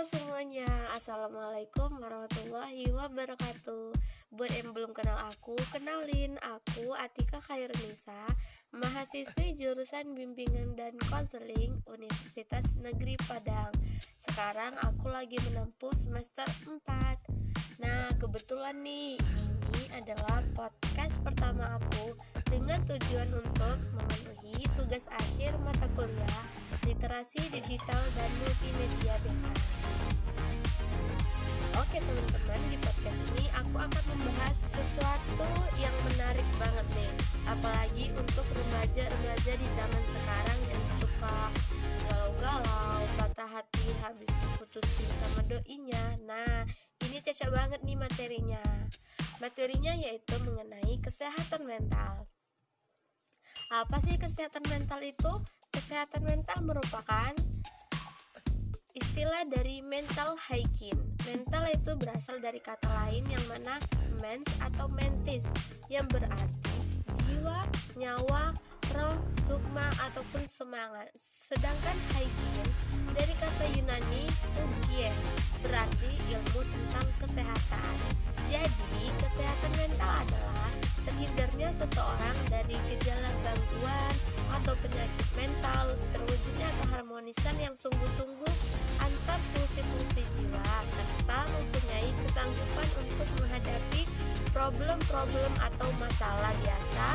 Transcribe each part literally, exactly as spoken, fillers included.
semuanya, Assalamualaikum warahmatullahi wabarakatuh. Buat yang belum kenal aku, kenalin, aku Atika Khairunisa, mahasiswi jurusan bimbingan dan konseling Universitas Negeri Padang. Sekarang aku lagi menempuh semester empat. Nah, kebetulan nih, ini adalah podcast pertama aku dengan tujuan untuk memenuhi tugas akhir mata kuliah Literasi Digital dan Multimedia B K. Oke teman-teman, di podcast ini aku akan membahas sesuatu yang menarik banget nih, apalagi untuk remaja-remaja di zaman sekarang yang suka galau-galau, patah hati habis diputusin sama doinya. Nah, ini cocok banget nih materinya. Materinya yaitu mengenai kesehatan mental. Apa sih kesehatan mental itu? Kesehatan mental merupakan istilah dari mental hygiene. Mental itu berasal dari kata lain yang mana mens atau mentis, yang berarti jiwa, nyawa, roh, sukma ataupun semangat. Sedangkan hygiene dari kata Yunani hygien, berarti ilmu tentang kesehatan. Jadi, kesehatan mental adalah terhindarnya seseorang dari gejala gangguan atau penyakit mental, terwujudnya keharmonisan yang sungguh-sungguh antar fungsi-fungsi jiwa, serta mempunyai kesanggupan untuk menghadapi problem-problem atau masalah biasa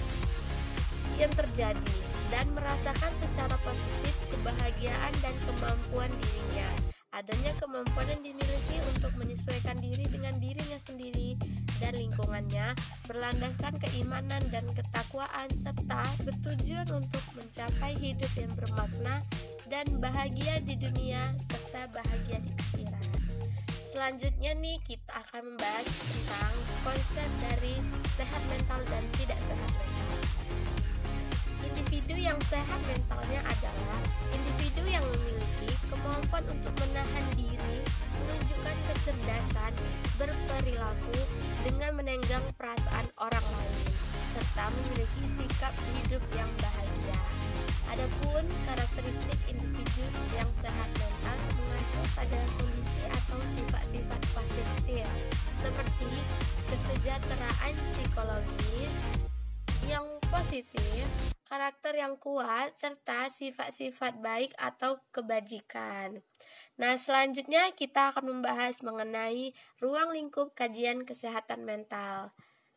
yang terjadi dan merasakan secara positif kebahagiaan dan kemampuan dirinya. Adanya kemampuan yang dimiliki untuk menyesuaikan diri dengan dirinya sendiri dan lingkungannya, berlandaskan keimanan dan ketakwaan, serta bertujuan untuk mencapai hidup yang bermakna dan bahagia di dunia serta bahagia di akhirat. Selanjutnya nih, kita akan membahas tentang konsep dari sehat mental dan tidak sehat mental. Individu yang sehat mentalnya adalah individu yang memiliki kemampuan untuk menahan diri, menunjukkan kecerdasan, berperilaku dengan menenggang perasaan orang lain, serta memiliki sikap hidup yang bahagia. Adapun karakteristik individu yang sehat mental mengacu pada kondisi atau sifat-sifat positif seperti kesejahteraan psikologis yang positif, karakter yang kuat, serta sifat-sifat baik atau kebajikan. Nah, selanjutnya kita akan membahas mengenai ruang lingkup kajian kesehatan mental.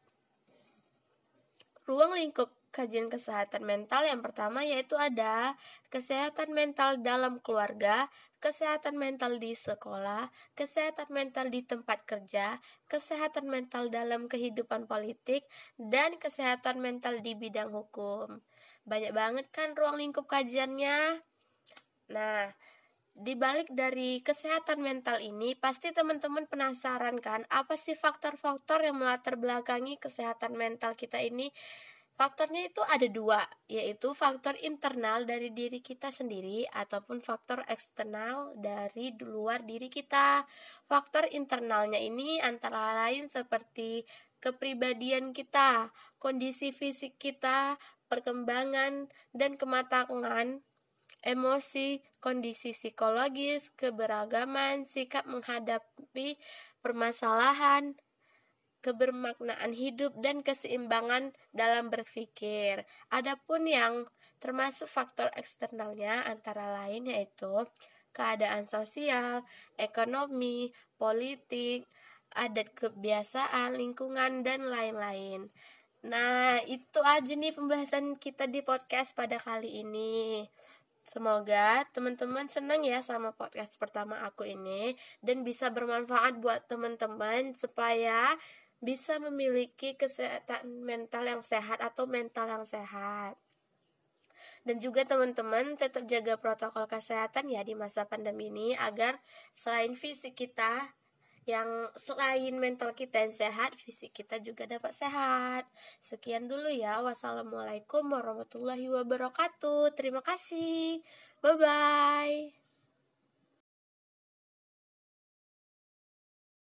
Ruang lingkup kajian kesehatan mental yang pertama yaitu ada kesehatan mental dalam keluarga, kesehatan mental di sekolah, kesehatan mental di tempat kerja, kesehatan mental dalam kehidupan politik, dan kesehatan mental di bidang hukum. Banyak banget kan ruang lingkup kajiannya. Nah, di balik dari kesehatan mental ini, pasti teman-teman penasaran kan, apa sih faktor-faktor yang melatar belakangi kesehatan mental kita ini? Faktornya itu ada dua, yaitu faktor internal dari diri kita sendiri ataupun faktor eksternal dari luar diri kita. Faktor internalnya ini antara lain seperti kepribadian kita, kondisi fisik kita, perkembangan dan kematangan emosi, kondisi psikologis, keberagaman, sikap menghadapi permasalahan, kebermaknaan hidup, dan keseimbangan dalam berpikir. Adapun yang termasuk faktor eksternalnya antara lain yaitu keadaan sosial, ekonomi, politik, adat kebiasaan, lingkungan, dan lain-lain. Nah, itu aja nih pembahasan kita di podcast pada kali ini. Semoga teman-teman senang ya sama podcast pertama aku ini dan bisa bermanfaat buat teman-teman supaya bisa memiliki kesehatan mental yang sehat atau mental yang sehat. Dan juga teman-teman tetap jaga protokol kesehatan ya di masa pandemi ini agar selain fisik kita yang selain mental kita yang sehat, fisik kita juga dapat sehat. Sekian dulu ya. Wassalamualaikum warahmatullahi wabarakatuh. Terima kasih. Bye-bye.